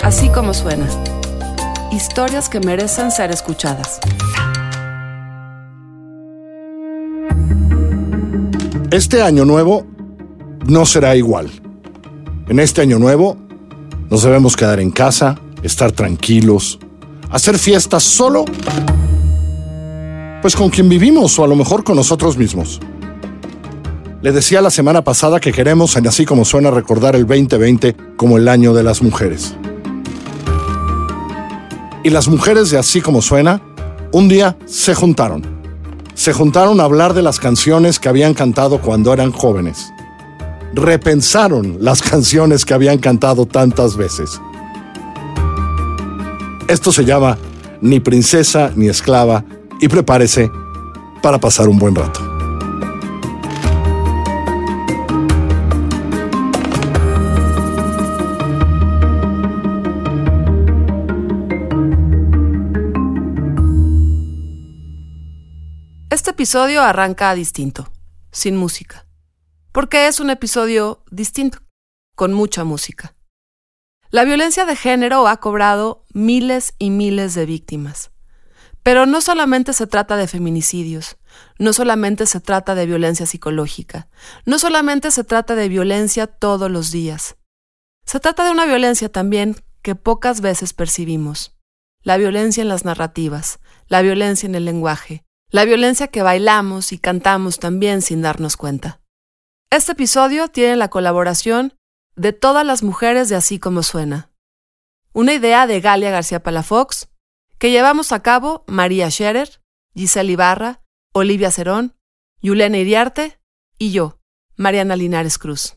Así como suena. Historias que merecen ser escuchadas. Este año nuevo no será igual. En este año nuevo nos debemos quedar en casa, estar tranquilos, hacer fiestas solo, pues con quien vivimos o a lo mejor con nosotros mismos. Le decía la semana pasada que queremos, en Así como suena, recordar el 2020 como el año de las mujeres. Y las mujeres de Así como suena, un día se juntaron. Se juntaron a hablar de las canciones que habían cantado cuando eran jóvenes. Repensaron las canciones que habían cantado tantas veces. Esto se llama Ni princesa ni esclava, y prepárese para pasar un buen rato. Este episodio arranca distinto, sin música, porque es un episodio distinto, con mucha música. La violencia de género ha cobrado miles y miles de víctimas. Pero no solamente se trata de feminicidios, no solamente se trata de violencia psicológica, no solamente se trata de violencia todos los días. Se trata de una violencia también que pocas veces percibimos. La violencia en las narrativas, la violencia en el lenguaje, la violencia que bailamos y cantamos también sin darnos cuenta. Este episodio tiene la colaboración de todas las mujeres de Así como suena. Una idea de Galia García Palafox, que llevamos a cabo María Scherer, Giselle Ibarra, Olivia Cerón, Yulena Iriarte y yo, Mariana Linares Cruz.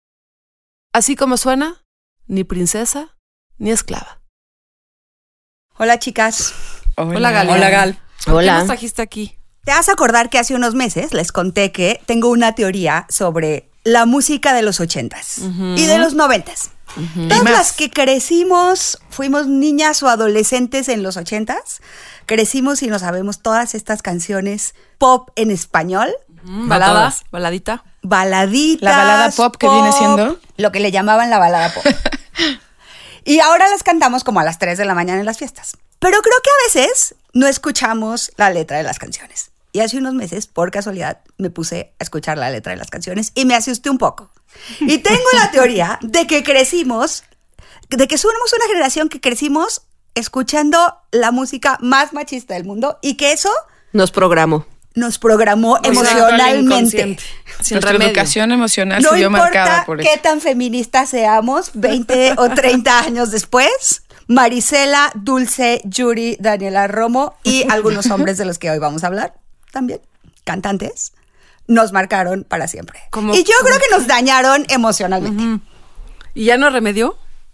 Así como suena, ni princesa ni esclava. Hola, chicas. Hola, Galia. Hola, Gal. ¿Por qué nos trajiste aquí? Te vas a acordar que hace unos meses les conté que tengo una teoría sobre la música de los 80s y de los 90s. Todas las que crecimos, fuimos niñas o adolescentes en los 80s, crecimos y nos sabemos todas estas canciones pop en español. Baladas, baladita. Baladitas. La balada pop que viene siendo. Lo que le llamaban la balada pop. Y ahora las cantamos como a las 3 de la mañana en las fiestas. Pero creo que a veces no escuchamos la letra de las canciones. Y hace unos meses, por casualidad, me puse a escuchar la letra de las canciones y me asusté un poco. Y tengo la teoría de que crecimos, de que somos una generación que crecimos escuchando la música más machista del mundo y que eso nos programó emocionalmente. Nuestra educación emocional No se vio marcada importa por eso. qué tan feministas seamos, 20 o 30 años después, Marisela, Dulce, Yuri, Daniela Romo y algunos hombres de los que hoy vamos a hablar también, cantantes, nos marcaron para siempre. Y yo creo que nos dañaron emocionalmente. ¿Y ya no remedió?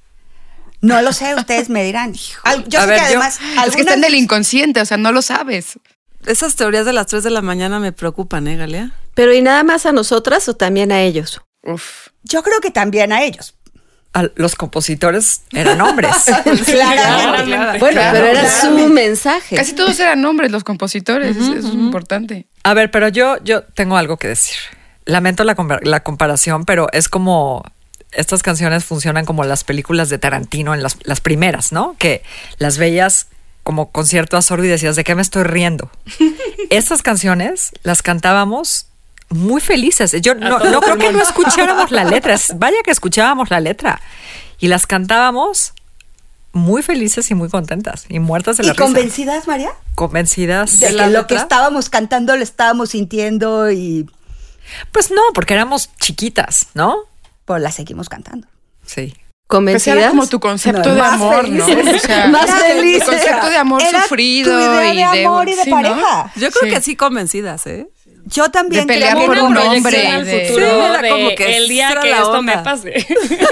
No lo sé, ustedes me dirán. Yo sé que además... Es que está en el inconsciente, o sea, no lo sabes. Esas teorías de las 3 de la mañana me preocupan, Galia? Pero ¿y nada más a nosotras o también a ellos? Uf. Yo creo que también a ellos. Los compositores eran hombres. Claramente. Bueno, pero era su mensaje. Casi todos eran hombres los compositores, eso es importante. A ver, pero yo tengo algo que decir. Lamento la comparación, pero es como... Estas canciones funcionan como las películas de Tarantino en las primeras, ¿no? Que las veías como con cierto azorro y decías, ¿de qué me estoy riendo? Estas canciones las cantábamos muy felices. Yo no creo que no escucháramos la letra. Vaya que escuchábamos la letra. Y las cantábamos muy felices y muy contentas. Y muertas de la risa. ¿Y convencidas, María? Convencidas. De que lo que estábamos cantando lo estábamos sintiendo y... Pues no, porque éramos chiquitas, ¿no? Pues la seguimos cantando. Sí. ¿Convencidas? Pues era como tu concepto de amor, ¿no? O sea, más feliz. Tu concepto de amor Era sufrido. tu idea y de amor y de sí, pareja. ¿no? Yo creo que sí convencidas, ¿eh? Yo también De pelear creo por que un no. hombre. Al de- futuro Sí, era de como que el día era que la esto onda. me pase.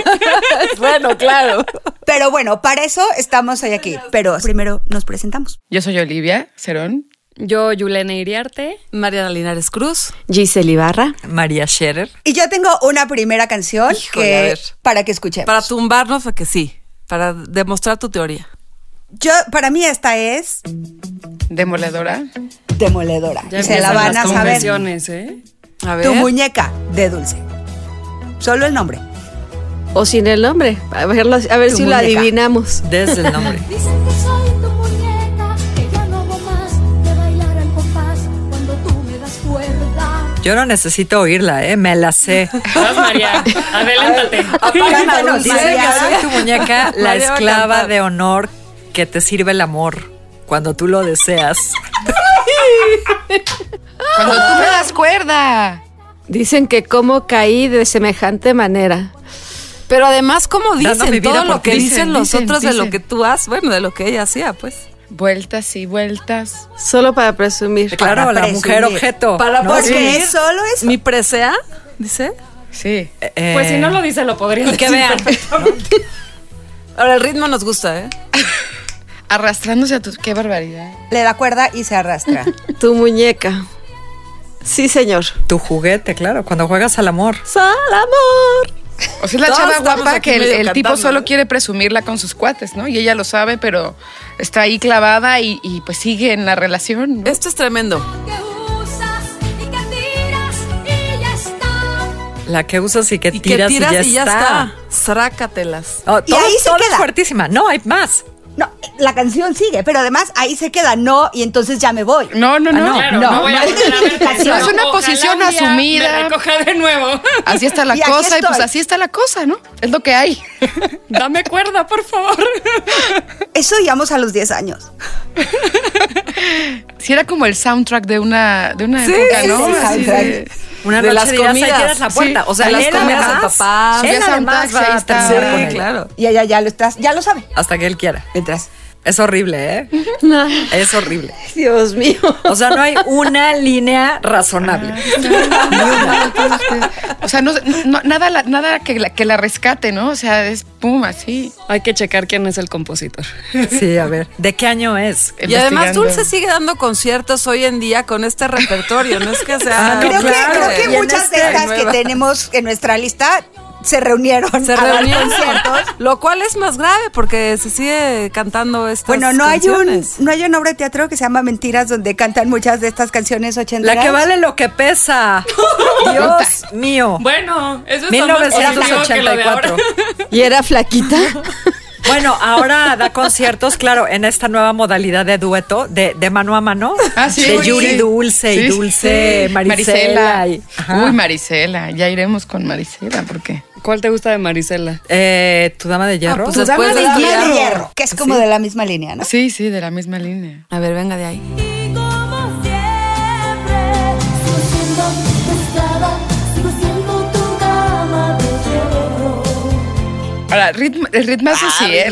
Bueno, claro. Pero bueno, para eso estamos hoy aquí. Pero primero nos presentamos. Yo soy Olivia Cerón. Yo, Yulena Iriarte. Mariana Linares Cruz. Giselle Ibarra. María Scherer. Y yo tengo una primera canción Híjole, a ver. para que escuchemos. Para tumbarnos, que sí. Para demostrar tu teoría. Para mí esta es Demoledora. demoledora. Ya Y se la empiezan van las a saber. confesiones, ¿eh? A ver. Tu muñeca de Dulce. Solo el nombre. O sin el nombre. A ver Tu si lo muñeca. adivinamos. Desde el nombre. Dicen que soy tu muñeca, que ya no hago más de bailar al compás cuando tú me das cuerda. Yo no necesito oírla, me la sé. Vas, María, adelántate. Cántanos, Dicen que María. soy tu muñeca, la María va a esclava cantar. de honor que te sirve el amor cuando tú lo deseas. Cuando tú me das cuerda. Dicen que cómo caí de semejante manera. Pero además, como Dando mi dicen vida todo por lo que ti. dicen los Dicen, otros de lo dicen. que tú haces, bueno, de lo que ella hacía, pues. Vueltas y vueltas. Solo para presumir. Claro, la presumir. mujer objeto. Para ¿no? Porque Sí. solo es Mi presea, dice. Sí. Pues si no lo dice, lo podría decir. que vean. perfectamente. Ahora el ritmo nos gusta, ¿eh? Arrastrándose a tus... ¡Qué barbaridad! le da cuerda y se arrastra. Tu muñeca. Sí, señor. Tu juguete, claro, cuando juegas al amor. ¡Sal, amor! O sea, es la Todos chava estamos guapa aquí que medio el tipo cantando, solo ¿no? quiere presumirla con sus cuates, ¿no? Y ella lo sabe, pero está ahí clavada y pues sigue en la relación, ¿no? Esto es tremendo. Que usas y que tiras y ya está. La que usas y que Y tiras, que tiras y ya está. Zrácatelas. Oh, Y ahí se todo queda. es fuertísima. No, hay más. No, la canción sigue, pero además ahí se queda no y entonces ya me voy. No, no, no. Claro, no, no voy a no hay volver a verte. justificación. Es una Ojalá posición un día asumida. Me recoja de nuevo. Así está la Y aquí cosa y pues estoy. así está la cosa, ¿no? Es lo que hay. Dame cuerda, por favor. Eso íbamos a los 10 años. Sí, era como el soundtrack de una Sí, época, sí, ¿no? sí, Así soundtrack. de- Una De noche las dirás, ahí comidas. tienes la puerta. Sí, O sea, de las él comidas además, de papá. él Subías a un además taxi, va ahí a está. terminar con Sí, ella. claro. Y ella ya lo sabe. Hasta que él quiera. Mientras. Es horrible, ¿eh? Es horrible. Dios mío. O sea, no hay una línea razonable. O sea, nada que la rescate, ¿no? O sea, es pum, así. Hay que checar quién es el compositor. Sí, a ver. ¿De qué año es? Y además Investigando. Dulce sigue dando conciertos hoy en día con este repertorio, no es que sea... Ah, no, Creo claro. que Y en muchas de este- estas que nueva. tenemos en nuestra lista se reunieron Se a dar reunieron, conciertos. lo cual es más grave porque se sigue cantando estas Bueno, no hay canciones. una obra de teatro que se llama Mentiras donde cantan muchas de estas canciones ochenteras. La que vale lo que pesa. Dios mío. Bueno, eso es más positivo que lo de ahora. 1984. ¿Y era flaquita? Bueno, ahora da conciertos, claro, en esta nueva modalidad de dueto, de mano a mano. Ah, sí. De Sí. Yuri Dulce y Sí, Dulce sí. Marisela. y- ajá. Uy, Marisela. Ya iremos con Marisela, ¿por qué? ¿Cuál te gusta de Marisela? ¿Tu dama de hierro? pues Su dama Después de de la hierro, hierro. que es como de la misma línea, ¿no? Sí, sí, de la misma línea. A ver, venga de ahí. Y como siempre, sigo siendo tu esclava, sigo siendo tu cama de hierro. Ahora, el ritmazo sí, ¿eh?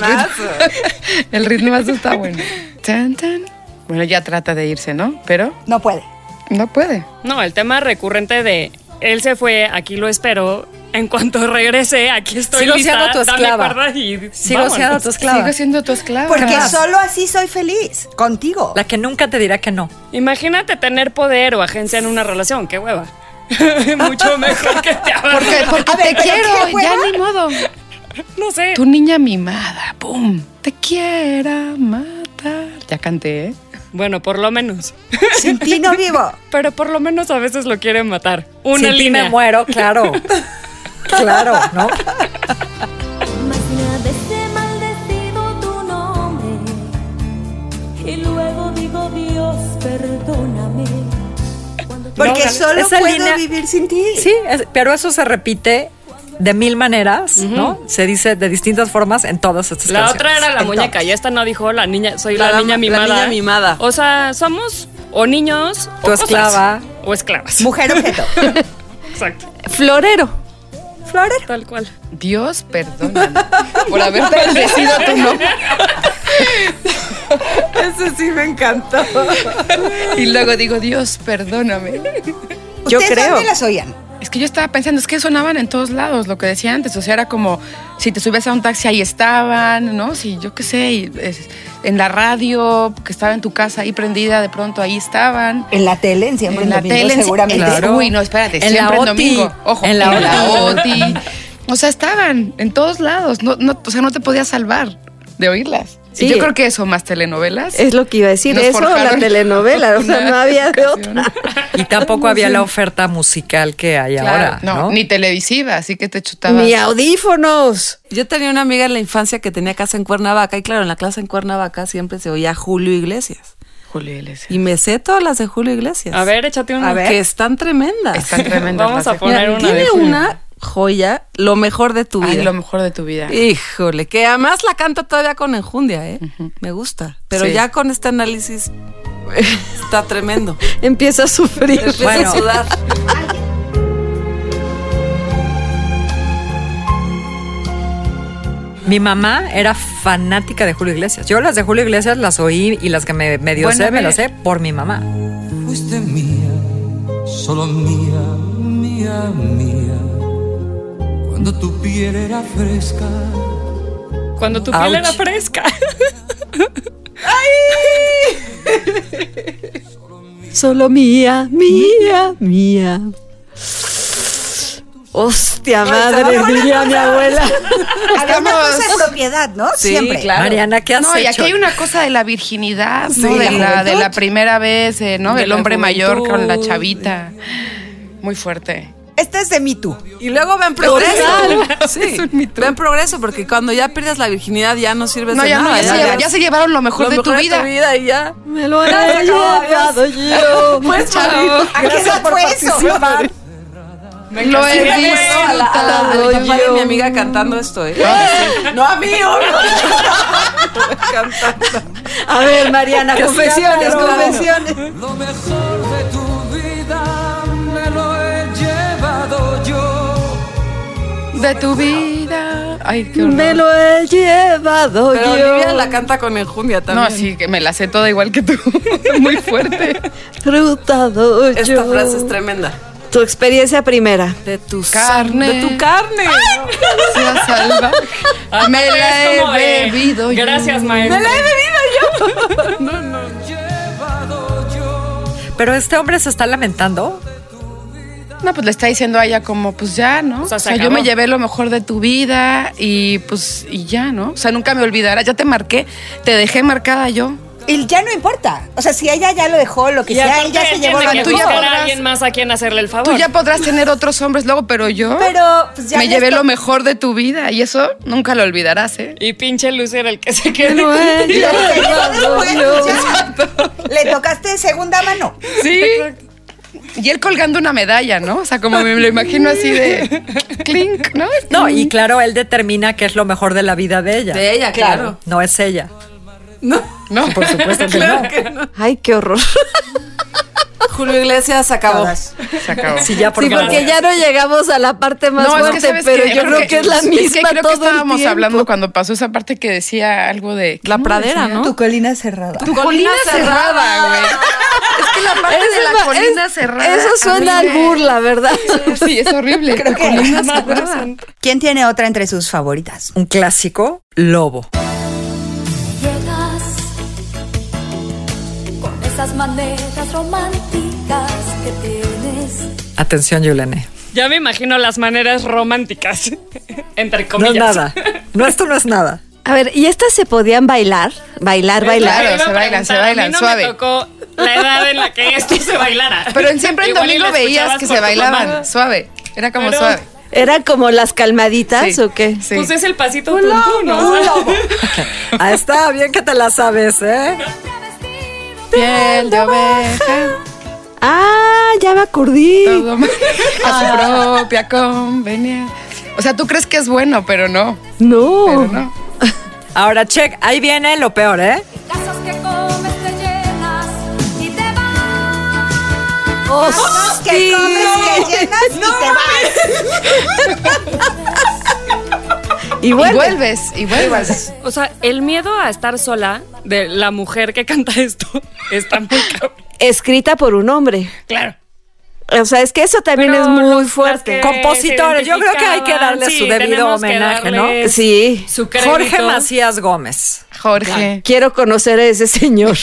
El ritmazo está bueno. Tan, tan. Bueno, ya trata de irse, ¿no? Pero No puede. no puede. No, el tema recurrente de él se fue, aquí lo espero. En cuanto regrese, aquí estoy Sigo lista. siendo tu dame esclava. cuerda y Sigo vámonos. siendo tu esclava. Sigo siendo tu esclava. Porque solo así soy feliz, contigo. La que nunca te dirá que no. Imagínate tener poder o agencia en una relación, qué hueva. Mucho mejor que te abra. Porque A ver, te ¿pero quiero, qué hueva? ya ni modo. No sé. Tu niña mimada, pum. Te quiera matar. Ya canté, ¿eh? Bueno, por lo menos. Sin ti no vivo. Pero por lo menos a veces lo quieren matar. Una Sin ti línea. me muero, claro. Claro, ¿no? Más de una vez he maldecido tu nombre y luego digo Dios, perdóname. Porque No, solo esa puedo línea- vivir sin ti. Sí, pero eso se repite de mil maneras, ¿no? Se dice de distintas formas en todas estas La canciones. otra era la En muñeca todas. y esta no dijo la niña, soy La la, dama- niña la mimada. niña mimada. O sea, somos o niños o Tu cosas. esclava. O esclavas. Mujer objeto. Exacto. Florero. Florero. Tal cual. Dios, perdóname por haber maldecido tu nombre. Ese sí me encantó. Y luego digo, Dios, perdóname. Yo ¿Ustedes creo. dónde las oían? Es que yo estaba pensando, es que sonaban en todos lados, lo que decía antes. O sea, era como si te subías a un taxi, ahí estaban, ¿no? Si yo qué sé, en la radio, que estaba en tu casa ahí prendida, de pronto ahí estaban. En la tele, en Siempre En la Domingo, tele, seguramente. Claro. Uy, no, espérate, En siempre la en OTI. domingo. Ojo, En la OTI. O sea, estaban en todos lados. O sea, no te podías salvar de oírlas. Sí. Y yo creo que eso más telenovelas. Es lo que iba a decir, Nos eso o la forjaron telenovela, o sea, una no había de canción. otra. Y tampoco había la oferta musical que hay Claro, ahora, no, ¿no? ni televisiva, así que te chutabas. Ni audífonos. Yo tenía una amiga en la infancia que tenía casa en Cuernavaca y claro, en la casa en Cuernavaca siempre se oía Julio Iglesias. Julio Iglesias. Y me sé todas las de Julio Iglesias. A ver, échate una. A ver. Que están tremendas. Están tremendas. Vamos las a de poner Julio. una de Tiene Julio. una joya, lo mejor de tu Ay, vida. lo mejor de tu vida. Híjole, que además la canta todavía con enjundia, ¿eh? Me gusta. Pero Sí. ya con este análisis está tremendo. Empieza a sufrir. Empieza Bueno. a sudar. Mi mamá era fanática de Julio Iglesias. Yo las de Julio Iglesias las oí y las que me medio Bueno, sé, me ve. las sé por mi mamá. Fuiste mía, solo mía, mía, mía. Cuando tu piel era fresca. Cuando tu piel Ouch. era fresca. Solo mía, mía, mía. Hostia madre, diría mi abuela. Había una Estamos- cosa de propiedad, ¿no? Sí, Siempre. claro. Mariana, ¿qué has No, y hecho? aquí hay una cosa de la virginidad, ¿no? Sí, de, la de la primera vez, ¿no? De Del la hombre mayor juventud. con la chavita. Muy fuerte. Este es de Me Too. Y luego ven progreso. Total. Sí, Es un Me Too. ven progreso, porque cuando ya pierdes la virginidad ya no sirves No, de ya no, nada. ya se llevaron lo mejor de tu vida. y ya. Me lo he llevado yo. Pues, Chao. ¿A qué edad fue eso? Lo he a visto. la papá de mi amiga cantando esto, ¿eh? No a mí, cantando. A ver, Mariana, confesiones, confesiones. Lo mejor de tu vida me lo he llevado yo. De tu vida. Ay, qué horror. Me lo he llevado Pero yo. Olivia la canta con enjundia también. No, sí, que me la sé toda igual que tú. Muy fuerte. Frutado Esta yo. frase es tremenda. Tu experiencia primera. De tu Carne. De tu carne. Sea salvaje. Ah, Me es la he como de, bebido yo. Gracias, maestro. Pero este hombre se está lamentando. No, pues le está diciendo a ella como, pues ya, ¿no? O sea, se yo acabó. me llevé lo mejor de tu vida y pues, y ya, ¿no? O sea, nunca me olvidarás, ya te marqué, te dejé marcada yo. Y ya no importa. O sea, si ella ya lo dejó, lo que Y sea, aparte él ya se él llevó tiene lo que tú ya mejor. buscar a podrás- alguien más a quien hacerle el favor. Tú ya podrás tener otros hombres luego, pero yo Pero pues ya me les llevé to- lo mejor de tu vida y eso nunca lo olvidarás, ¿eh? Y pinche Lucy era el que se quedó. Me lo he Y lo que dijo llevado después, yo. ya, le tocaste de segunda mano. Sí. Y él colgando una medalla, ¿no? O sea, como me lo imagino así de clink, ¿no? No, y claro, él determina qué es lo mejor de la vida de ella. De ella, claro. No es ella. No. Por supuesto que no. Ay, qué horror. Julio Iglesias se acabó. Todas. Se acabó. Sí, ya Sí, porque ya no llegamos a la parte más No, es que fuerte, sabes pero qué? yo creo que es la misma creo todo que estábamos el tiempo. hablando cuando pasó esa parte que decía algo de La pradera, ¿no? Tu colina cerrada. Tu colina cerrada, güey. Es que la parte de la colina cerrada. Eso suena al burla, ¿verdad? Sí, es horrible. Creo que Colina más cerrada. ¿Quién tiene otra entre sus favoritas? Un clásico, Lobo. Llegas con esas maneras románticas que tienes. Atención, Yulene. Ya me imagino las maneras románticas. Entre No comillas. es nada. No, esto no es nada. A ver, ¿y estas se podían bailar? Bailar. Claro, Iba a se bailan, preguntar, se bailan, a mí no suave. me tocó la edad en la que esto se bailara. Pero en siempre en Igual y domingo lo veías escuchabas que por se tu bailaban mamá. suave. Era como Pero- suave. ¿Eran como las calmaditas Sí. o qué? Sí. Pues es el pasito tuntún, ¿no? Ah, está bien que te la sabes, ¿eh? Piel de oveja. Ah, ya me acordé. Todo mal. A su propia conveniencia. O sea, tú crees que es bueno, pero no. No. Pero no. Ahora, check, ahí viene lo peor, ¿eh? Casas que comes te llenas y te vas. Que comes, que llenas y te vas. Y Y vuelve. vuelves, y vuelves. O sea, el miedo a estar sola de la mujer que canta esto está muy cabrón. Escrita por un hombre. Claro. O sea, es que eso también Pero es muy las fuerte. que Compositores, yo creo que hay que darle Sí, su debido tenemos que homenaje, ¿no? darles Sí. Su crédito. Jorge Macías Gómez. Jorge. Quiero conocer a ese señor.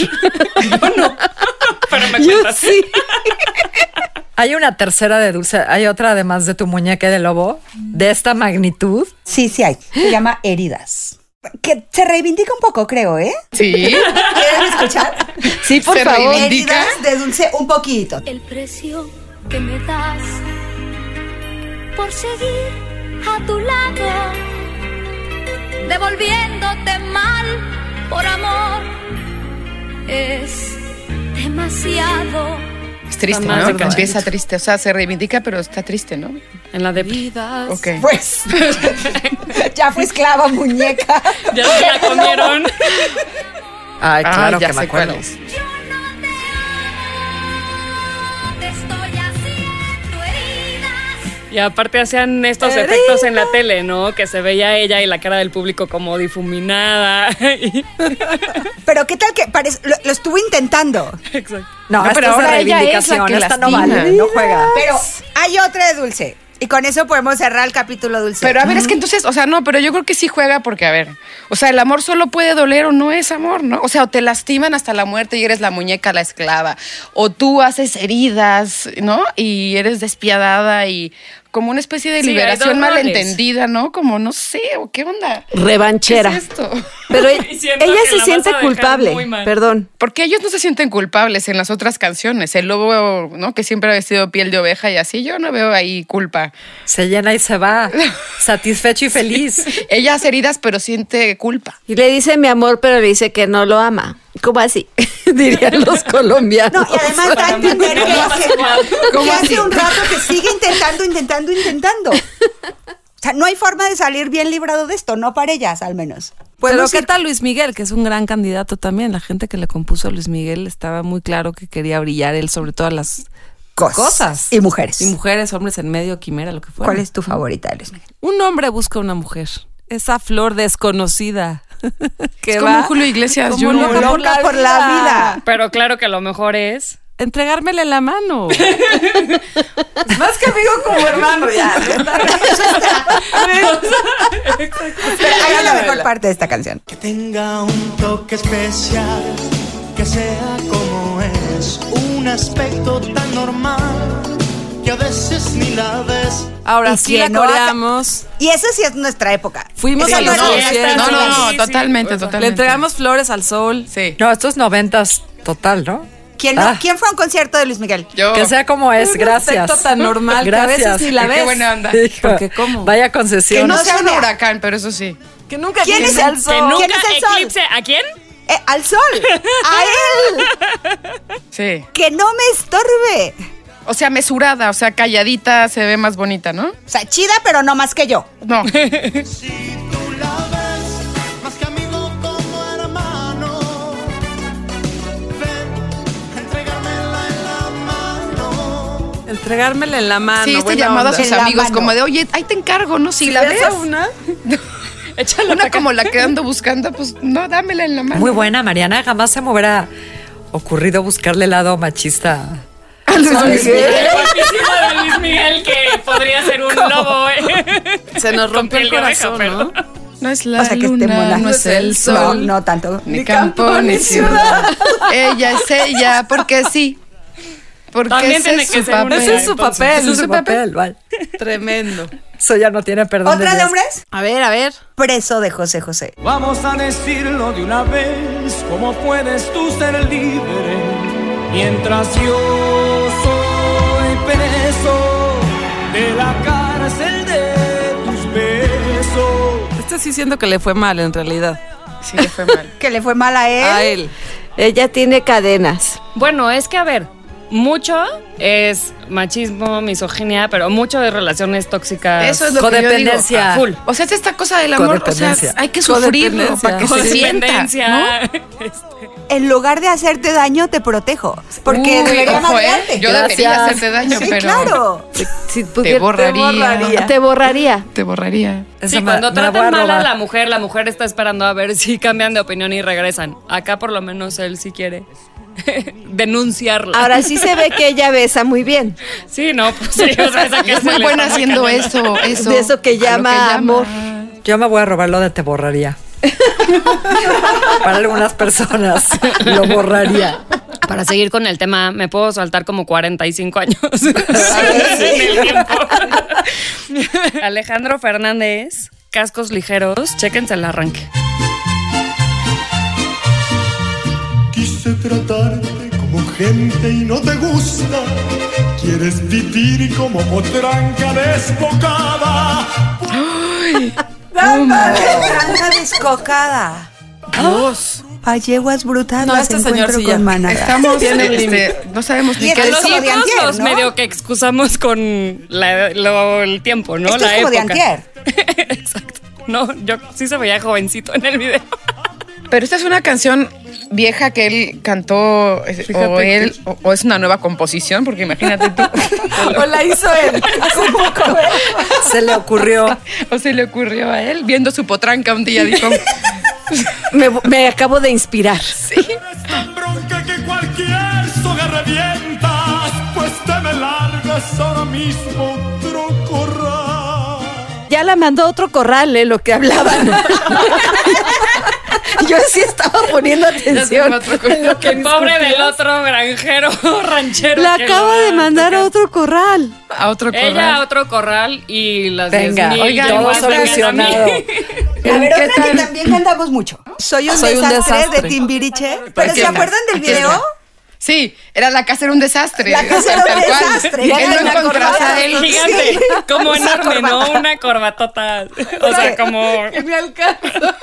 Pero me Yo cuentas. sí. Hay una tercera de Dulce, hay otra además de Tu muñeca de lobo, de esta magnitud. Sí, sí hay. Se llama Heridas. Que se reivindica un poco, creo, ¿eh? Sí. ¿Quieren escuchar? Sí, por Se favor. reivindica. Heridas de Dulce, un poquito. El precio que me das por seguir a tu lado, devolviéndote mal por amor, es demasiado. Es triste, Está ¿no? mal, Que empieza triste. O sea, se reivindica, pero está triste, ¿no? En la de... Ok. Pues, ya fue esclava, muñeca. Ya se la comieron. Ay, claro ya que me sé cuál acuerdo. es. Yo no te amo, te estoy haciendo heridas. Y aparte hacían estos efectos en la tele, ¿no? Que se veía ella y la cara del público como difuminada. Pero qué tal que lo estuvo intentando. Exacto. No, No, esta pero es de ahora ella es la reivindicación. que Esta no lastima. vale, no juega. Pero hay otra de Dulce. Y con eso podemos cerrar el capítulo Dulce. Pero a ver, es que entonces, o sea, no, pero yo creo que sí juega porque, a ver, o sea, el amor solo puede doler o no es amor, ¿no? O sea, o te lastiman hasta la muerte y eres la muñeca, la esclava, o tú haces heridas, ¿no? Y eres despiadada y como una especie de Sí, hay liberación dos roles. malentendida, ¿no? Como, no sé, o qué onda. Revanchera. ¿Qué es esto? Pero Y siento ella que se la siente vas a dejar culpable. muy mal. Perdón. Porque ellos no se sienten culpables en las otras canciones. El lobo, ¿no? Que siempre ha vestido piel de oveja y así, yo no veo ahí culpa. Se llena y se va, satisfecho y feliz. Ella hace heridas, pero siente culpa. Y le dice mi amor, pero le dice que no lo ama. ¿Cómo así? Dirían los colombianos. No, y además da a entender que ¿Cómo así? hace un rato que sigue intentando. O sea, no hay forma de salir bien librado de esto, no para ellas al menos. Pero Podemos ¿qué ir- tal Luis Miguel? Que es un gran candidato también. La gente que le compuso a Luis Miguel estaba muy claro que quería brillar él sobre todas las cosas. Y mujeres. Y mujeres, hombres en medio, quimera, lo que fuera. ¿Cuál es tu favorita de Luis Miguel? Un hombre busca una mujer. Esa flor desconocida. Que Es como va Julio Iglesias como Jr. loca por la vida. Pero claro que lo mejor es... Entregármele la mano. Más que amigo como hermano, ya. Hagan la mejor parte de esta canción. Que tenga un toque especial, que sea como es, un aspecto tan normal, que a veces ni la ves. Ahora Y sí quien la no coreamos. Y eso sí es nuestra época. Fuimos Esa a los no era- conciertos. No, Sí, totalmente, o sea, totalmente. Le entregamos flores al sol. Sí. No, estos 90s total, ¿no? ¿Quién fue a un concierto de Luis Miguel? Yo. Que sea como es, gracias. aspecto tan normal que a veces ni la Qué ves. buena onda. Hijo, Porque ¿cómo? Vaya Que concesión. no no sea se un vea. huracán, pero eso sí. Que nunca ¿Quién es al el- sol. Que nunca ¿Quién es el sol? eclipse. ¿A quién? Al sol. A él. Sí. Que no me estorbe. O sea, mesurada, o sea, calladita, se ve más bonita, ¿no? O sea, chida, pero no más que yo. No. Si tú la ves, más que amigo como hermano, ven, entregármela en la mano. Entregármela en la mano. Sí, este buena llamado a onda. sus En la amigos mano. como de, oye, ahí te encargo, ¿no? Si Si la ves ves, a una, Échalo una para acá. como la que ando buscando, pues no, dámela en la mano. Muy buena, Mariana. Jamás se me hubiera ocurrido buscarle el lado machista. Guapísimo de Luis Miguel que podría ser un lobo, se nos Con rompió el piel de oveja, corazón, pero- ¿no? No es la O sea, que luna, esté mona. no es el sol. No tanto. Ni campo ni ciudad. Ella es ella, porque sí. Porque También ese tiene es que su ser una- papel. Ese es su Entonces, papel. Ese es su papel, vale. Tremendo. Eso ya no tiene perdón. ¿Otra de Dios. hombres? A ver. Preso de José José. Vamos a decirlo de una vez, ¿cómo puedes tú ser libre? Mientras yo soy preso de la cárcel de tus besos. Este sí siento que le fue mal en realidad. Sí, le fue mal. Que le fue mal a él. A él. Ella tiene cadenas. Bueno, es que a ver, mucho es machismo, misoginia, pero mucho de relaciones tóxicas. Eso es lo que yo digo. Codependencia. Full. O sea, es esta cosa del amor, o sea, Codependencia. hay que sufrirlo para que se sienta, Codependencia. ¿no? En lugar de hacerte daño, te protejo. Porque Uy, debería ojo, madrearte. yo debería hacerte daño, Sí, pero claro. Si te pudiera- borraría. Te borraría. Te borraría. Esa Sí, me- cuando me la voy tratan mal a robar. la mujer está esperando a ver si cambian de opinión y regresan. Acá por lo menos él sí quiere denunciarla. Ahora sí se ve que ella besa muy bien. Sí, no, pues sí, o sea, esa que Es muy se le buena está haciendo cañón. eso. De eso que a lo llama amor. Yo me voy a robar lo de te borraría. Para algunas personas lo borraría. Para seguir con el tema, me puedo saltar como 45 años en el tiempo. Alejandro Fernández, Cascos Ligeros, chéquense el arranque. tratarte como gente y no te gusta. Quieres vivir como potranca desbocada. Potranca descocada. Dios. Pa' yeguas brutales. No, este señor sí ya. con manada. Estamos, no sabemos Y ni este qué es Los como de hijos antier, los ¿no? medio que excusamos con el tiempo, ¿no? Esto la es como de época. antier. Exacto. No, yo sí se veía jovencito en el video. Pero esta es una canción vieja que él cantó, o es una nueva composición, porque imagínate tú. O la hizo él. Hace poco. Se le ocurrió. O se le ocurrió a él, viendo su potranca un día, dijo, Me acabo de inspirar. Es tan bronca que cualquier soga revientas, pues te me largas ahora mismo otro corral. Ya la mandó a otro corral, lo que hablaban. Yo sí estaba poniendo atención. El pobre del otro granjero ranchero. La que acaba lo de mandar a otro corral. a otro corral. Ella a otro corral y las Venga, 10,000 oiga, yeguas todo vengan a solucionado. mí. A ver, otra que también cantamos mucho. Soy un desastre de Timbiriche. ¿Pero se acuerdan del video? Sí, era La casa era un desastre. La casa era un Tal cual. desastre. Él Ya no era una encontraba corbata. a él. Gigante, Sí. como Esa enorme, ¿no? corbata. Una corbatota. O sea, como... Me alcanza.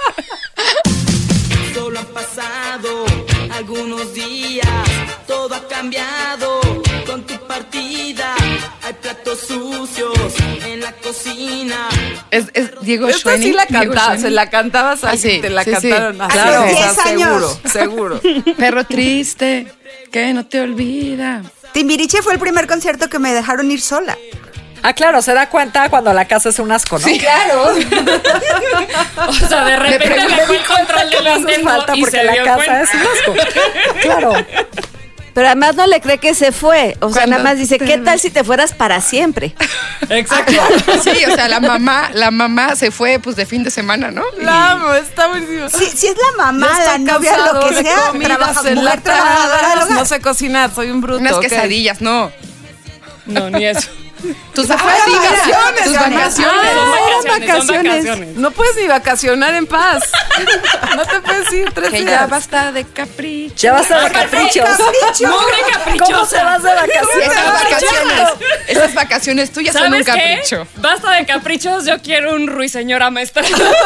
Solo han pasado algunos días, todo ha cambiado con tu partida. Hay platos sucios en la cocina. Es Diego Esta Schwenning. sí la Diego cantaba, Schwenning. se la cantabas a sí, te la sí, sí. cantaron. Hace Claro, 10 años. seguro. Perro triste, que no te olvida. Timbiriche fue el primer concierto que me dejaron ir sola. Ah, claro, se da cuenta cuando la casa es un asco, ¿no? Sí, Claro. O sea, de repente le fue el control del No hace Nintendo falta y porque se la dio casa cuenta. es un asco. Claro. Pero además no le cree que se fue. O sea, Cuando nada más dice, ¿qué tal si te fueras para siempre? Exacto. Sí, o sea, la mamá se fue pues de fin de semana, ¿no? La amo, está buenísimo. Si es la mamá, Ya la está novia, cansado lo que de sea, comidas mujer trabajadora del hogar. No sé cocinar, soy un bruto. Unas ¿ok? quesadillas, no. No, ni eso. Tus fue de vacaciones, tus Vane. vacaciones. Son vacaciones. No puedes ni vacacionar en paz. No te puedes ir 3 Que días. ya basta de capricho. Ya basta de caprichos. Muy caprichosa. ¿Cómo se vas de vacaciones? Esas vacaciones, esas vacaciones tuyas son un ¿Sabes qué? capricho. Basta de caprichos, yo quiero un ruiseñor maestra.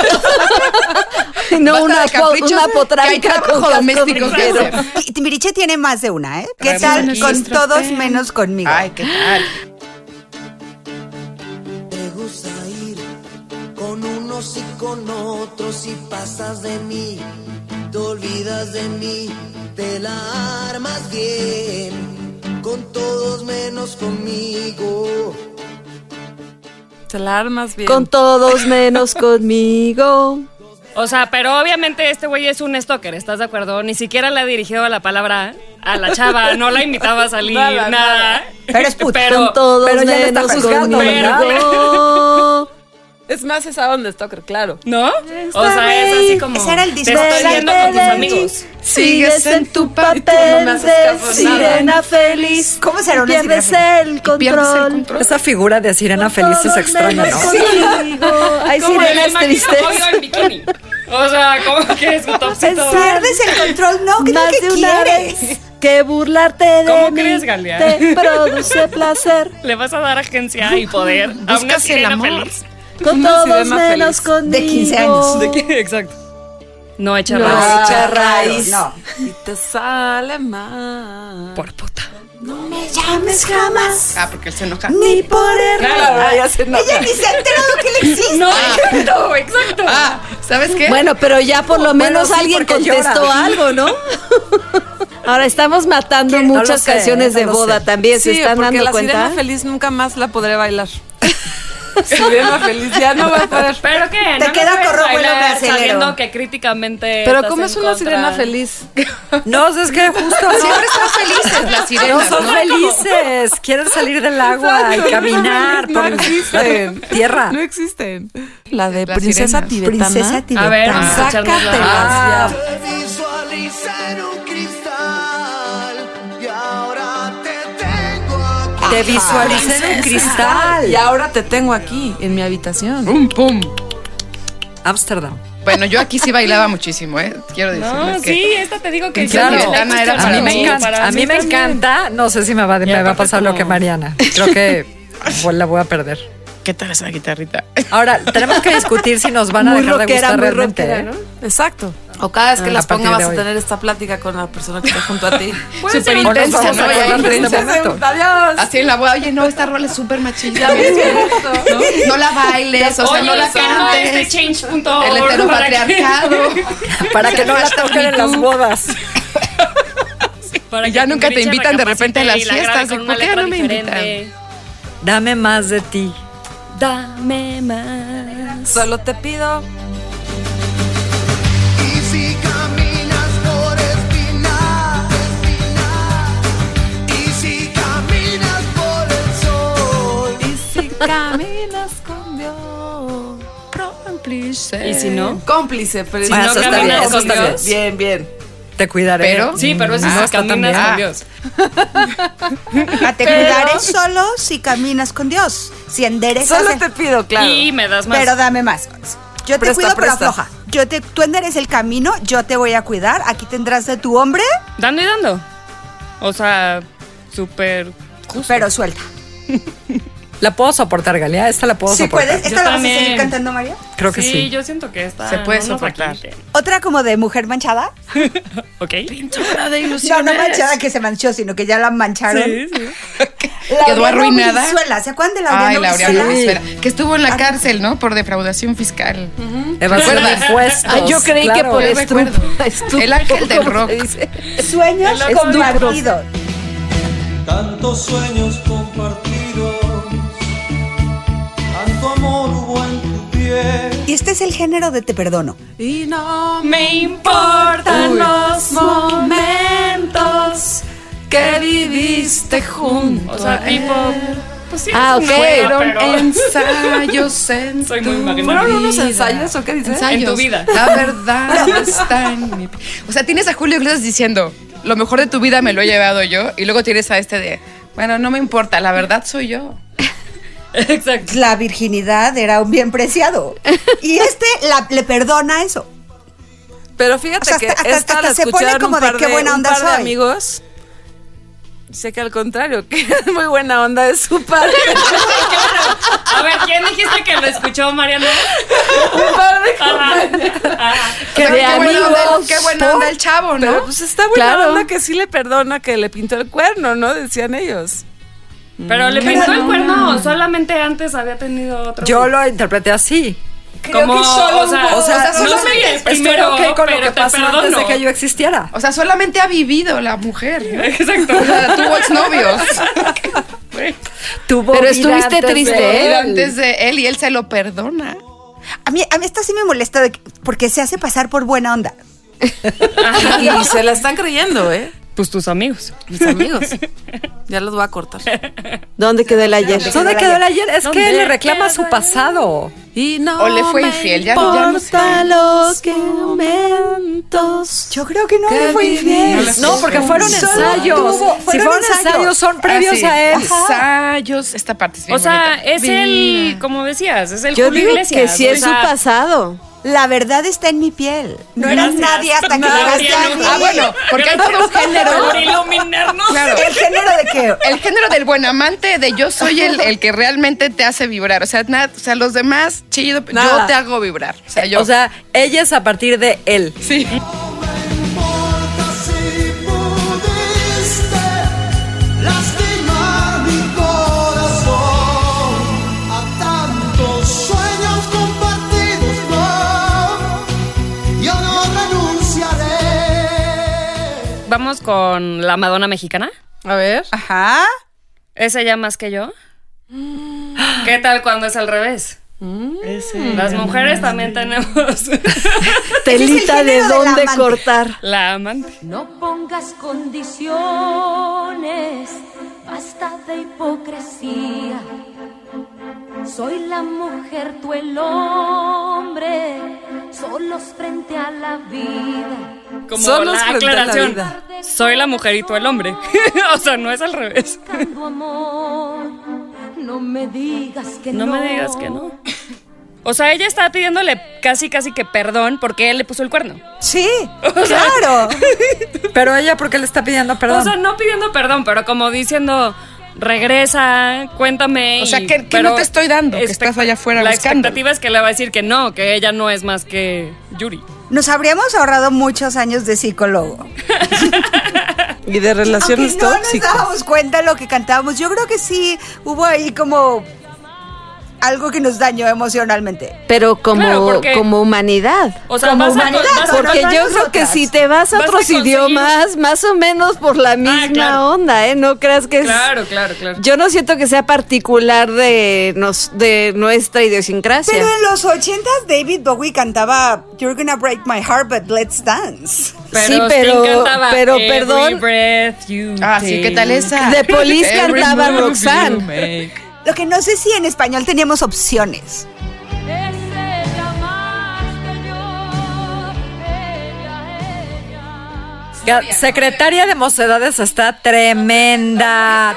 No, Basta de caprichos, una que hay potranca trabajo con doméstico que casco hacer. Y Timbiriche tiene más de una, ¿eh? ¿Qué Ramón tal es con nuestro todos perro. menos conmigo? Ay, ¿qué tal? Me gusta ir con unos y con otros y pasas de mí, te olvidas de mí, te la armas bien, con todos menos conmigo. Te la armas bien. Con todos menos conmigo. O sea, pero obviamente este güey es un stalker, ¿estás de acuerdo? Ni siquiera le ha dirigido la palabra a la chava, no la invitaba a salir, nada. Pero es puta. Con todos pero ya le está menos juzgando, conmigo. Es más, es a donde Stalker, claro. ¿No? O sea, es así como... Ese era el disco. Te estoy viendo con tus amigos. Sigues en tu papel no me haces de caso en sirena feliz. ¿Cómo será una Pierdes sirena el Pierdes el control. control. Esa figura de sirena feliz es extraña, ¿no? Conmigo. Hay Como me sirenas imagino tristes. obvio en bikini. O sea, como que es un topsito. Pierdes el control, no, ¿qué Más tal que de una quieres? vez que burlarte de ¿Cómo mí crees, Galia? te produce placer. Le vas a dar agencia y poder a una Buscas el sirena amor. feliz. Con Una todos sirena menos feliz. conmigo. De 15 años. ¿De qué? Exacto. No echa No raíz. echa raíz. No. Y te sale mal. Por puta. No me llames jamás, Ah, porque él se enoja. ni por error. Claro, ya se nota. Ella ni se ha enterado que le existe. No, exacto. Ah, ¿sabes qué? Bueno, pero ya por lo menos sí, alguien porque contestó llora. algo, ¿no? Ahora estamos matando No lo muchas sé, canciones de no lo boda sé. también, ¿se Sí, están porque dando la cuenta? sirena feliz nunca más la podré bailar. Sirena feliz, ya no va a poder. ¿Pero qué? Te ¿No queda puedes corrojo el bailar brasilero. sabiendo que críticamente Pero estás ¿cómo en es una contra? sirena feliz? No, es que justo Siempre están felices las no sirenas, son ¿no? felices, quieren salir del agua y caminar No por existen. tierra. No existen. La de Las princesa sirenas. tibetana. Princesa tibetana. A ver, vamos a echarnos la... Sácatelas ya. Te visualicé en un cristal y ahora te tengo aquí. Te visualicé en un cristal. Y ahora te tengo aquí, en mi habitación. Pum, pum. Ámsterdam. Bueno, yo aquí sí bailaba muchísimo, quiero decirles No, que... sí, esta te digo que Claro, yo la Tana era escucho para A mí mí. me encanta, a mí me también. encanta. No sé si me va a aparte pasar lo como- que Mariana. Creo que la voy a perder. ¿Qué tal esa guitarrita? Ahora, tenemos que discutir si nos van a Muy dejar de rockera, gustar muy realmente. rockera, ¿no? Exacto. O cada vez que A las partir ponga de vas a hoy. tener esta plática con la persona que está junto a ti. Súper ser. O nos intensa, vamos ¿no? a Y ahí acordar de este intensa. momento. Adiós. Así en la boda, oye, no, esta rola es súper machista. ¿no? No la bailes, o sea, Oye, no la firma cantes. change.org El heteropatriarcado. Para que no la toquen en las bodas. Para Y ya que nunca te Timbiriche invitan de repente a las recapacite y la grabe fiestas. con ¿Por una qué no letra me diferente. Dame más de ti. Dame más. Solo te pido. Y si caminas por espinas, y si caminas por el sol, Y si caminas con Dios. Cómplice. ¿Y si no? Cómplice, pero Si no eso está caminas bien, con eso está Dios. bien. Bien. Te cuidaré. Pero- Sí, pero eso No es está tan caminas bien. con Dios. Te cuidaré solo si caminas con Dios. Si enderezas Solo el- te pido, claro. Y me das más. Pero dame más. Yo te Presta, cuido, pero presta. afloja. Tú endereces el camino, yo te voy a cuidar. Aquí tendrás de tu hombre, Dando y dando. O sea, súper justo. pero suelta. La puedo soportar, Galia. Esta la puedo ¿Sí soportar. puedes? Yo ¿Esta la vas a también. seguir cantando, María? Creo que sí. yo siento que esta Se puede no nos la soportar. quiten. Otra como de mujer manchada. ¿Ok? No manchada que se manchó, sino que ya la mancharon. Quedó arruinada. Brizuela, ¿se acuerdan de Ay, Laureano Laureano Brizuela? Brizuela, que estuvo en la cárcel, ¿no? Por defraudación fiscal. Evasión de ¿Recuerdas? impuestos. Ay, yo creí que claro. por Yo recuerdo. estúpido. El ángel del ¿Cómo rock. se dice? Sueños compartidos. Tantos sueños compartidos, tanto amor hubo en tu piel. Y este es el género de Te Perdono. Y no Me importan los momentos que viviste junto. O sea, a tipo. él. Pues sí, Ah, es ok. una Fueron pero- ensayos en Soy tu muy magna. ¿Fueron unos vida. ensayos o qué dices? Ensayos. En tu vida. La verdad está en mi... O sea, tienes a Julio Iglesias diciendo, lo mejor de tu vida me lo he llevado yo, y luego tienes a este de, bueno, no me importa, la verdad soy yo. Exacto. La virginidad era un bien preciado. Y le perdona eso. Pero fíjate O sea, que hasta esta la se pone escucharon como un de par qué buena onda un par de soy. amigos. Sé que al contrario, que es muy buena onda de su parte. A ver, ¿quién dijiste que lo escuchó, Mariana? Un par de Ajá. compañeros. Ajá. Que O sea, de qué buena onda, amigos, qué buena onda el chavo, ¿no? Pero pues está buena Claro. onda que sí le perdona que le pintó el cuerno, ¿no? Decían ellos. Pero le pintó el cuerno, o solamente antes había tenido otro. Yo lo interpreté así. como, que solo o sea, hubo- O sea, no solamente soy el estoy primero, ok con lo pero que te pasó antes perdono. de que yo existiera. O sea, solamente ha vivido la mujer. ¿no? Exacto. O sea, tuvo exnovios. Tuvo Pero vida estuviste antes de triste, él. Antes de él y él se lo perdona. A mí esta sí me molesta porque se hace pasar por buena onda. Y se la están creyendo, ¿eh? Pues tus amigos. Mis amigos. Ya los voy a cortar. ¿Dónde quedó el ayer? ¿Dónde quedó el ayer? Es que ¿Dónde le reclama quedó su el pasado. Y no O le fue me infiel, ya no sé. importa los que momentos. Yo creo que no ¿Qué le fue infiel. vivís? No, porque fueron Solo ensayos. Si fueron fueron ensayos, son previos Así, a él. Ensayos. Esta parte es bien O sea, bonita. es el, como decías, es el Yo Julio digo Iglesias. que sí o es su sea, pasado. La verdad está en mi piel. No eras Gracias. nadie hasta que Nadie llegaste a nunca. mí. Ah, bueno, porque hay todo un género. Por iluminarnos. Claro. ¿El género de qué? El género del buen amante, de yo soy el que realmente te hace vibrar. O sea, los demás, chido, Nada. yo te hago vibrar. O sea, yo. O sea, ella es a partir de él. sí. importa si pudiste lastimar mi corazón a tantos sueños compartidos, no, yo no renunciaré. Vamos con la Madonna mexicana. A ver. Ajá. ¿Es ella más que yo? ¿Qué tal cuando es al revés? Las mujeres también tenemos Telita de género del dónde amante. cortar. la amante. No pongas condiciones, basta de hipocresía. Soy la mujer, tú el hombre, solos frente a la vida. Como Solos la frente a la aclaración. vida. Soy la mujer y tú el hombre. O sea, no es al revés. Buscando amor, no me digas que no. No me digas que no. O sea, ella estaba pidiéndole casi que perdón porque él le puso el cuerno. Sí, claro. Pero ella, ¿por qué le está pidiendo perdón? O sea, no pidiendo perdón, pero como diciendo, regresa, cuéntame. O sea, ¿qué no te estoy dando? Que estás allá afuera La buscando. expectativa es que le va a decir que no, que ella no es más que Yuri. Nos habríamos ahorrado muchos años de psicólogo. Y de relaciones Aunque no tóxicas. nos dábamos cuenta de lo que cantábamos. Yo creo que sí hubo ahí como algo que nos dañó emocionalmente. Pero como, Claro, porque- como humanidad. O sea, Como vas a- humanidad, vas a- Porque no yo creo que nosotras. si te vas a Vas a otros conseguir- idiomas, más o menos por la misma claro. onda, ¿eh? No creas que es... Claro. Yo no siento que sea particular de nuestra idiosincrasia. Pero en los 80s David Bowie cantaba You're gonna break my heart, but let's dance. Sí, pero- Sting cantaba pero, Every perdón. breath you Ah, sí, ¿qué tal esa? The Police Every cantaba move Roxanne. you make. Lo que no sé si en español teníamos opciones. Es ella más que yo, ella. Secretaria de Mocedades está tremenda.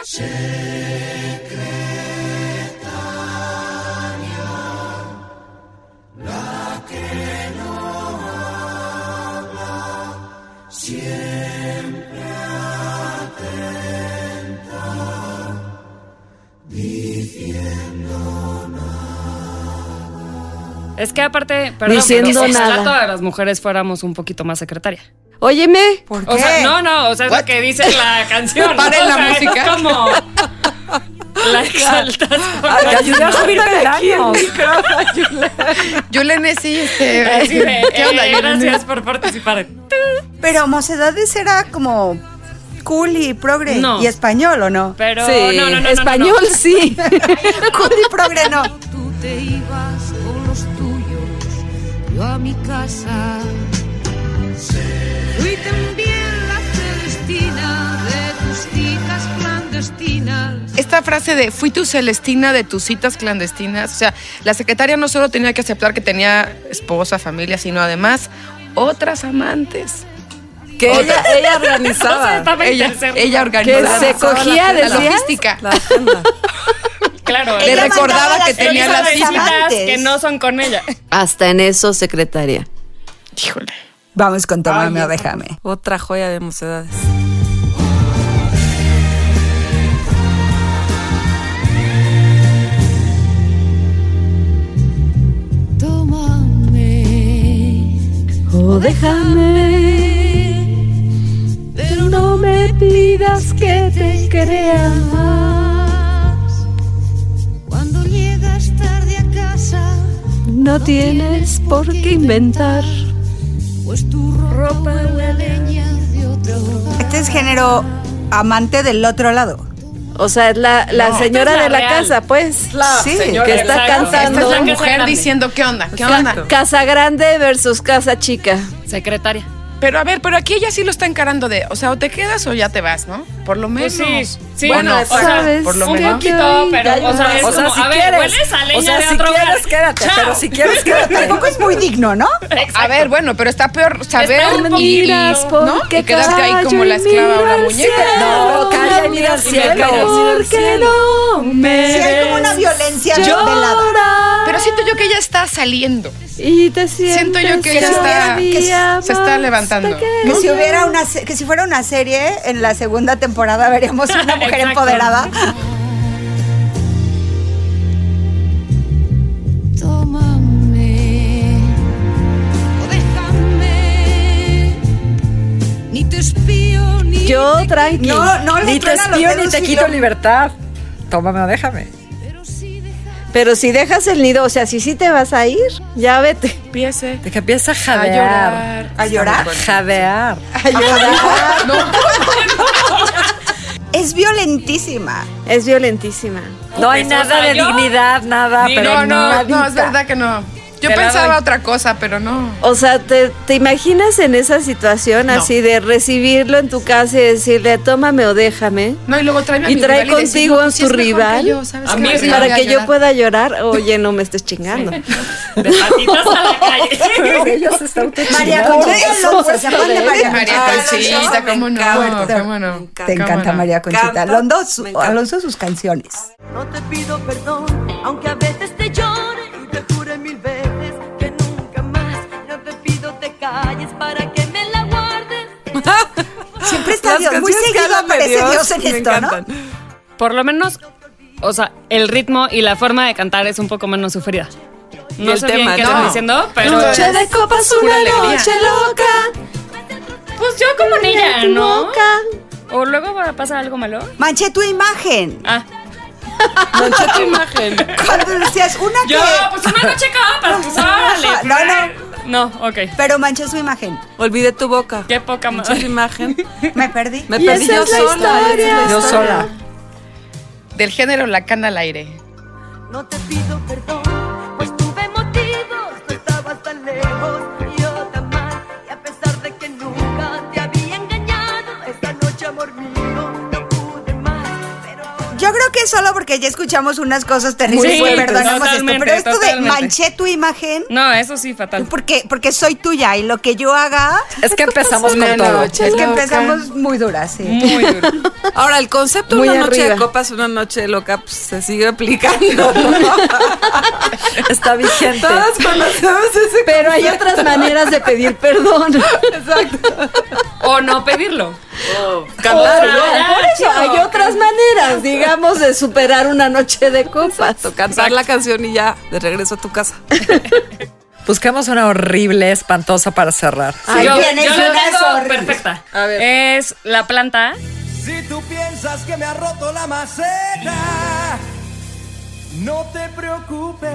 Es que aparte, perdón, Diciendo pero ojalá nada. todas las mujeres fuéramos un poquito más secretaria. Óyeme, ¿Por O sea, qué? no, o sea, es lo que dice la canción. Paren ¿no? O la sea, música. Es como la exaltas. Te ayudé a subir peldaños. Yulene, sí, Así de, ¿qué onda, Yulene? gracias por participar. Pero Mocedades era como cool y progre No. y español, ¿o no? Pero sí, no. español sí. Cool y progre no. Tú te ibas con los tuyos, yo a mi casa. Fui también la Celestina de tus citas clandestinas. Esta frase de fui tu Celestina de tus citas clandestinas, o sea, la secretaria no solo tenía que aceptar que tenía esposa, familia, sino además otras amantes. Que ella O sea, organizaba. estaba Ella interesante. organizaba Que se cogía, la decías. logística. La agenda. Claro. Le Ella recordaba mandaba que las tenía citas las a citas amantes. que no son con ella. Hasta en eso, secretaria. Híjole. Vamos con Tómame o Déjame. Otra joya de Mocedades. Tómame, O déjame, pero no me pidas que te crea más. Cuando llegas tarde a casa, no tienes por qué inventar. pues tu ropa huele a leña de otro hogar. Este es género amante del otro lado. O sea, es la señora esta es la de la real. casa, pues. Sí, que está Exacto. cantando. Esta es la Casa mujer grande. diciendo, ¿qué onda? ¿Qué onda? Casa grande versus casa chica. Secretaria. Pero a ver, pero aquí ella sí lo está encarando de, o sea, o te quedas o ya te vas, ¿no? Por lo menos. Pues sí, Bueno, o sea, ¿sabes? por lo un menos. poquito, pero, o sea, es O sea, como, si a ver, quieres. hueles a leña O sea, de si otro quieres, hogar. quédate. Chao. Pero si quieres, quédate. Tampoco es muy digno, ¿no? A ver, bueno, pero está peor saber Está un y, poquito. ¿no? Y quedarte ahí como la esclava o la muñeca. No, calla y mira al cielo. Porque no me Sí, hay como una violencia llorar. velada. Pero siento yo que ella está saliendo. Y te siento Siento yo que ella está, se está levantando. Que si hubiera que si fuera una serie, en la segunda temporada veríamos una mujer Exacto. empoderada. Tómame o déjame, ni te espío ni Yo, te tranqui. No le Ni te truena los espío ni dedos te y quito yo- libertad. Tómame o déjame. Pero si dejas el nido, o sea, si sí te vas a ir, ya vete. Empiece De que empieza a a jadear. llorar. ¿A llorar? Jadear. A llorar. Es violentísima. Es violentísima. No hay Pues, nada o sea, de yo- dignidad, nada, Sí, pero No, es nadita. verdad que no. Yo Te la pensaba doy. otra cosa, pero no. O sea, ¿te imaginas en esa situación No. así de recibirlo en tu casa y decirle, tómame o déjame? No, y luego tráeme a Y mi trae rival y decir, contigo no, a pues sí tu es mejor que rival yo, ¿sabes A qué? mí Pues sí. ya para voy a que yo llorar. pueda llorar. Oye, no me estés chingando. De patitas a la calle. Ella se está María autochingando. Conchita Alonso, ¿se acuerdan de María María Conchita, ¿cómo no? ¿Cómo no? Te encanta ¿Cómo no? María Conchita. Alonso sus canciones. No te pido perdón, aunque a veces te llore y te jure mil es para que me la guardes. Siempre está Las Dios. Muy canciones que seguido hablan de aparece Dios en me esto, ¿no? encantan. Por lo menos, o sea, el ritmo y la forma de cantar es un poco menos sufrida. Y No el sé tema, bien qué no. estoy diciendo, pero... Noche de copas, Pura una alegría. noche loca. Pues yo como niña, ¿no? O luego va a pasar algo malo. Manché tu imagen. Ah, Manché tu imagen. Cuando decías una yo, que... pues una noche copas, pues órale. No, No, ok. Pero manché su imagen. Olvidé tu boca. Qué poca Manché tu madre. imagen. Me perdí. Me perdí yo sola. Yo sola. Del género La Cana al Aire. No te pido perdón, pues tuve motivos. No estabas tan lejos, yo tan mal. Y a pesar de que nunca te había engañado, esta noche, amor mío, no pude más. Pero ahora... Yo creo que es solo porque ya escuchamos unas cosas terribles Sí, y perdonamos esto. totalmente, Pero esto totalmente. de manché tu imagen, No, eso sí, fatal. porque soy tuya y lo que yo haga Es que empezamos Una con todo. noche es que loca. empezamos muy duras, sí. Muy duro. Ahora, el concepto de Muy una noche de arriba. copas, una noche loca, pues se sigue aplicando, ¿no? Está vigente. Todos conocemos ese Pero hay otras maneras de pedir perdón. Exacto. O no pedirlo. Cantar, Por eso hay otras maneras, digamos, de superar una noche de copas. cantar la canción y ya, de regreso a tu casa. Buscamos una horrible, espantosa para cerrar. Ay, yo tienes la unas tengo horribles. perfecta. A ver. Es La Planta. Si tú piensas que me ha roto la maceta, no te preocupes,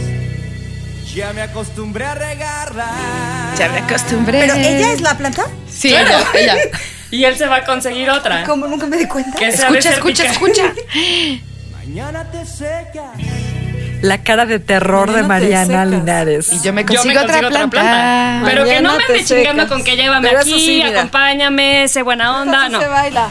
ya me acostumbré a regarla. Ya me acostumbré. Pero ella es la planta. Sí, Claro. ella. Y él se va a conseguir otra. Como nunca me di cuenta. Que sea Escucha, escucha, desértica. escucha. Mañana te secas. La cara de terror de Mañana te Mariana secas. Linares. Y yo me Yo consigo, me consigo otra planta. Pero que no Mañana me te ande chingando secas. con que llévame Pero eso aquí, sí, mira. acompáñame, sé buena onda. Así No. se baila.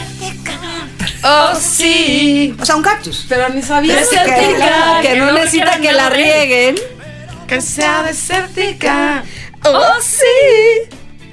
Oh, sí. O sea, un cactus. Pero ni sabía Desértica, Que no necesita quieran que la morir. rieguen. Que sea desértica. Oh, sí.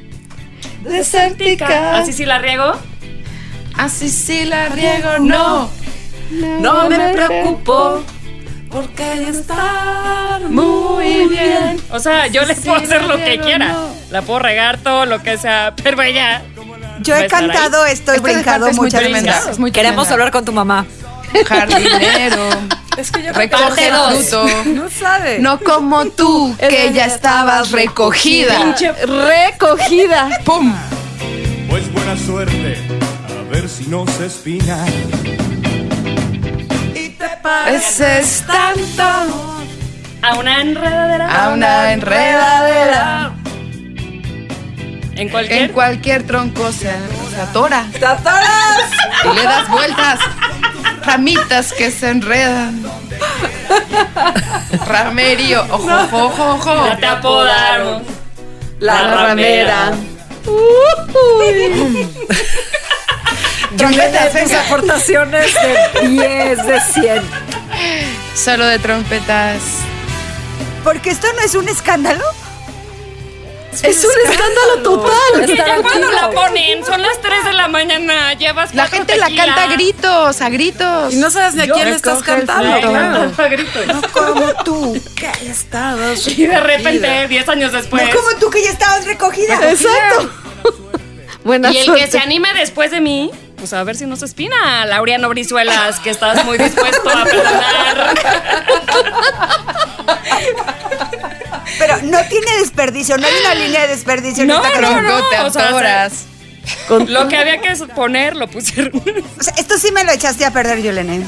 Desértica. Así sí la riego. Así sí la riego, no. No me preocupo. Porque hay que estar muy bien. O sea, yo le Sí, puedo hacer la lo que riego, quiera. no. La puedo regar todo lo que sea. Pero ella. Yo ¿Va a he estar cantado esto, he Esta de brincado parte es muy muchas tremenda, veces. es muy Queremos tremenda. hablar con tu mamá. Jardinero. Es que yo Recoge el Parte fruto. no sabe. No como tú, que ya estabas recogida. Recogida. ¡Pum! Pues buena suerte, a ver si no se espina. Y te Pareces tanto A una enredadera. a una enredadera. En cualquier. En cualquier tronco se atora. ¡Te atoras! Y le das vueltas. Ramitas que se enredan. Ramerío. Ojo, ojo, ojo. Ya te apodaron. La ramera. Julieta, tus aportaciones de 10 de 100. Solo de trompetas. Porque esto no es un escándalo. Es un escándalo total. Y ya cuando la ponen, son las 3 de la mañana, llevas La 4 gente la tequilas. canta a gritos. Y no sabes ni a quién le estás cantando. Claro, a gritos. No como tú, que ya estabas. Y de repente, 10 años después. No como tú, que ya estabas recogida. Exacto. Buena Y el suerte. que se anime después de mí, pues a ver si no se espina. Laureano Brizuelas, que estás muy dispuesto a perdonar. Pero no tiene desperdicio, no hay una línea de desperdicio en No, esta no, canción. no. Te o sea, atoras. Lo que había que poner, lo pusieron. O sea, esto sí me lo echaste a perder, Yolene.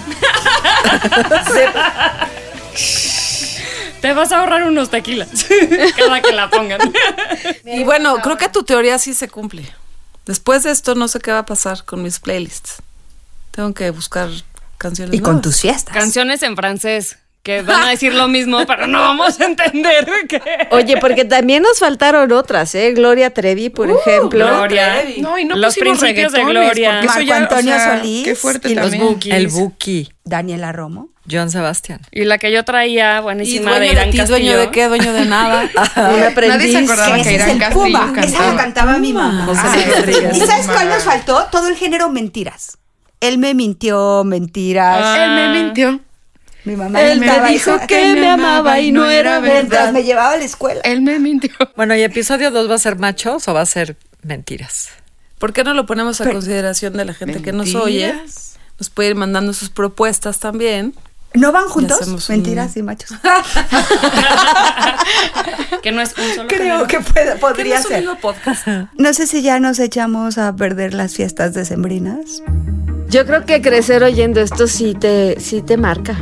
Te vas a ahorrar unos tequilas cada que la pongan. Y bueno, creo que tu teoría sí se cumple. Después de esto no sé qué va a pasar con mis playlists. Tengo que buscar canciones Y con nuevas. tus fiestas. Canciones en francés que van a decir lo mismo, pero no vamos a entender qué. Oye, porque también nos faltaron otras, ¿eh? Gloria Trevi, por ejemplo. Gloria. No, y no Los pusimos principios de reggaetones, Gloria. porque eso Marco ya, Antonio o sea, Solís qué fuerte y los también. Bukis. El Buki. Daniela Romo. Joan Sebastián. Y la que yo traía, Y buenísima, de dueño Irán de ti, Castillo. dueño de qué, dueño de nada. Un aprendiz. Nadie se acordaba Ese que es Irán el Castillo Puma. Esa cantaba. lo cantaba mi mamá. José Rodríguez. ¿Y sabes cuál nos faltó? Todo el género mentiras. Él me mintió, mentiras. Ah. Él me mintió. Mi mamá Él me dijo que me amaba y no era mientras verdad. me llevaba a la escuela. Él me mintió. Bueno, ¿y episodio 2 va a ser machos o va a ser mentiras? ¿Por qué no lo ponemos a consideración de la gente que nos oye? Nos puede ir mandando sus propuestas también. ¿No van Y juntos? hacemos Mentiras y machos. Que no es un solo Creo género. que podría ser. podcast. No sé si ya nos echamos a perder las fiestas decembrinas. Yo creo que crecer oyendo esto sí te marca.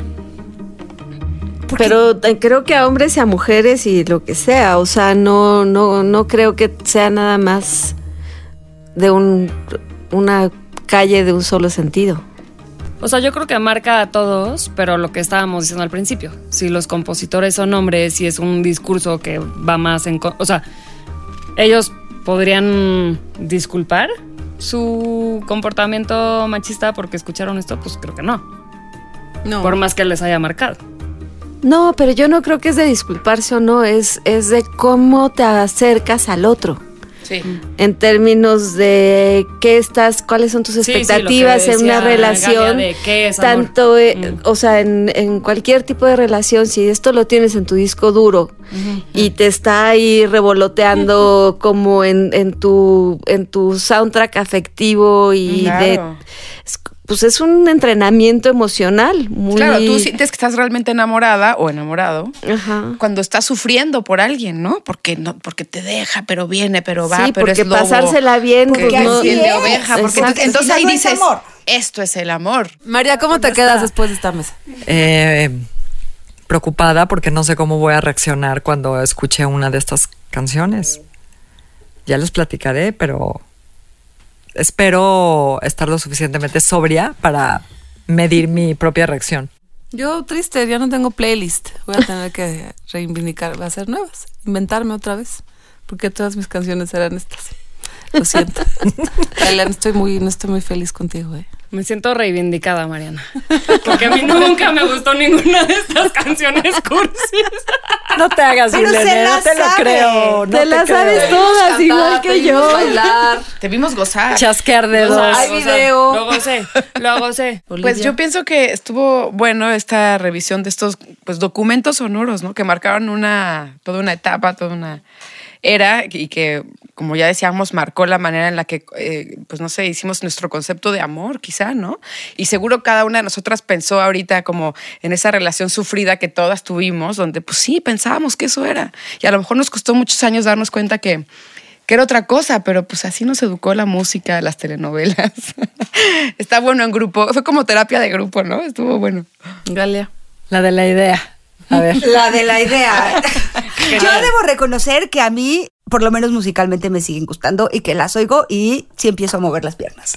Pero creo que a hombres y a mujeres y lo que sea, o sea, no creo que sea nada más de una calle de un solo sentido. O sea, yo creo que marca a todos, pero lo que estábamos diciendo al principio, si los compositores son hombres, si es un discurso que va más en... O sea, ellos podrían disculpar su comportamiento machista porque escucharon esto, pues creo que no. No. Por más que les haya marcado. No, pero yo no creo que es de disculparse o no, es de cómo te acercas al otro. Sí. En términos de cuáles son tus expectativas en una relación, de qué es amor. tanto, o sea, en cualquier tipo de relación, si esto lo tienes en tu disco duro y te está ahí revoloteando como en tu soundtrack afectivo y Claro. pues es un entrenamiento emocional muy... Claro, tú sientes que estás realmente enamorada o enamorado Ajá. cuando estás sufriendo por alguien, ¿no? Porque te deja, pero viene, pero va, Sí, pero porque es lobo. pasársela bien, Porque pues no... es piel de oveja. Porque Exacto. entonces Si no, ahí no es dices, amor. esto es el amor. María, ¿cómo te quedas después de esta mesa? Preocupada porque no sé cómo voy a reaccionar cuando escuche una de estas canciones. Ya les platicaré, pero espero estar lo suficientemente sobria para medir mi propia reacción. Yo triste, ya no tengo playlist. Voy a tener que reivindicar, va a ser nuevas, inventarme otra vez, porque todas mis canciones eran estas. Lo siento. Elian, no estoy muy feliz contigo, ¿eh? Me siento reivindicada, Mariana. Porque a mí nunca me gustó ninguna de estas canciones cursis. No te hagas, Pero Irene, se la no te lo sabe. creo. No te las creo. sabes todas, igual que yo. Bailar. Te vimos gozar. Chasquear dedos. Hay video. Lo gocé. Pues yo pienso que estuvo bueno esta revisión de estos pues documentos sonoros, ¿no? Que marcaron toda una etapa, toda una era y que, como ya decíamos, marcó la manera en la que, pues no sé, hicimos nuestro concepto de amor, quizá, ¿no? Y seguro cada una de nosotras pensó ahorita como en esa relación sufrida que todas tuvimos, donde pues sí, pensábamos que eso era. Y a lo mejor nos costó muchos años darnos cuenta que era otra cosa, pero pues así nos educó la música, las telenovelas. Está bueno en grupo, fue como terapia de grupo, ¿no? Estuvo bueno. Galia. La de la idea. A ver. La de la idea. Yo debo reconocer que a mí, por lo menos musicalmente, me siguen gustando y que las oigo y sí empiezo a mover las piernas.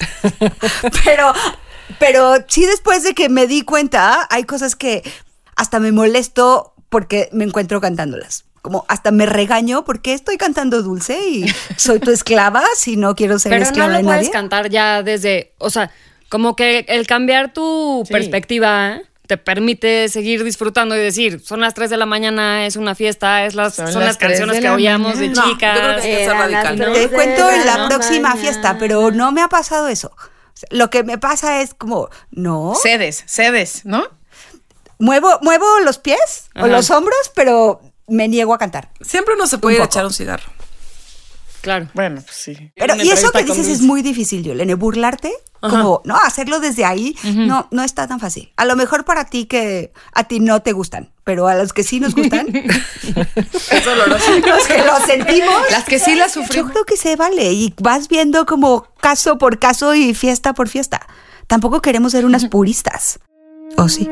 Pero sí, después de que me di cuenta, hay cosas que hasta me molesto porque me encuentro cantándolas. Como hasta me regaño porque estoy cantando dulce y soy tu esclava si no quiero ser Pero esclava no lo de puedes nadie. cantar ya desde... O sea, como que el cambiar tu perspectiva te permite seguir disfrutando y decir, son las 3 de la mañana, es una fiesta, son las 3 canciones de que la oíamos de mañana. No, chicas. yo creo que hay que ser radical, ¿no? Te cuento en la No, próxima mañana. fiesta, pero no me ha pasado eso. O sea, lo que me pasa es como, no, Cedes, ¿no? muevo los pies o Ajá. los hombros, pero me niego a cantar. Siempre uno se puede ir a poco. echar un cigarro. Claro. Bueno, pues sí. Pero, Una y eso entrevista que con dices es Dulce. muy difícil, Yolene, burlarte, como, no, hacerlo desde ahí, no está tan fácil. A lo mejor para ti que a ti no te gustan, pero a los que sí nos gustan, Es doloroso. los que lo sentimos, Las que sí las yo sufrimos. creo que se vale y vas viendo como caso por caso y fiesta por fiesta. Tampoco queremos ser unas puristas. ¿O sí?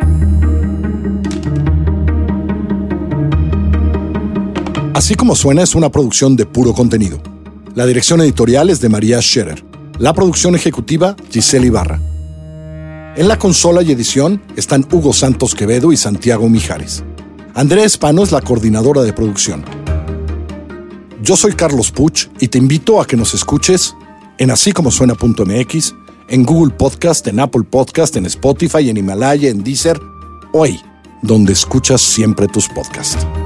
Así como suena es una producción de Puro Contenido. La dirección editorial es de María Scherer. La producción ejecutiva, Giselle Ibarra. En la consola y edición están Hugo Santos Quevedo y Santiago Mijares. Andrea Espano es la coordinadora de producción. Yo soy Carlos Puch y te invito a que nos escuches en asícomosuena.mx, en Google Podcast, en Apple Podcast, en Spotify, en Himalaya, en Deezer, o ahí, donde escuchas siempre tus podcasts.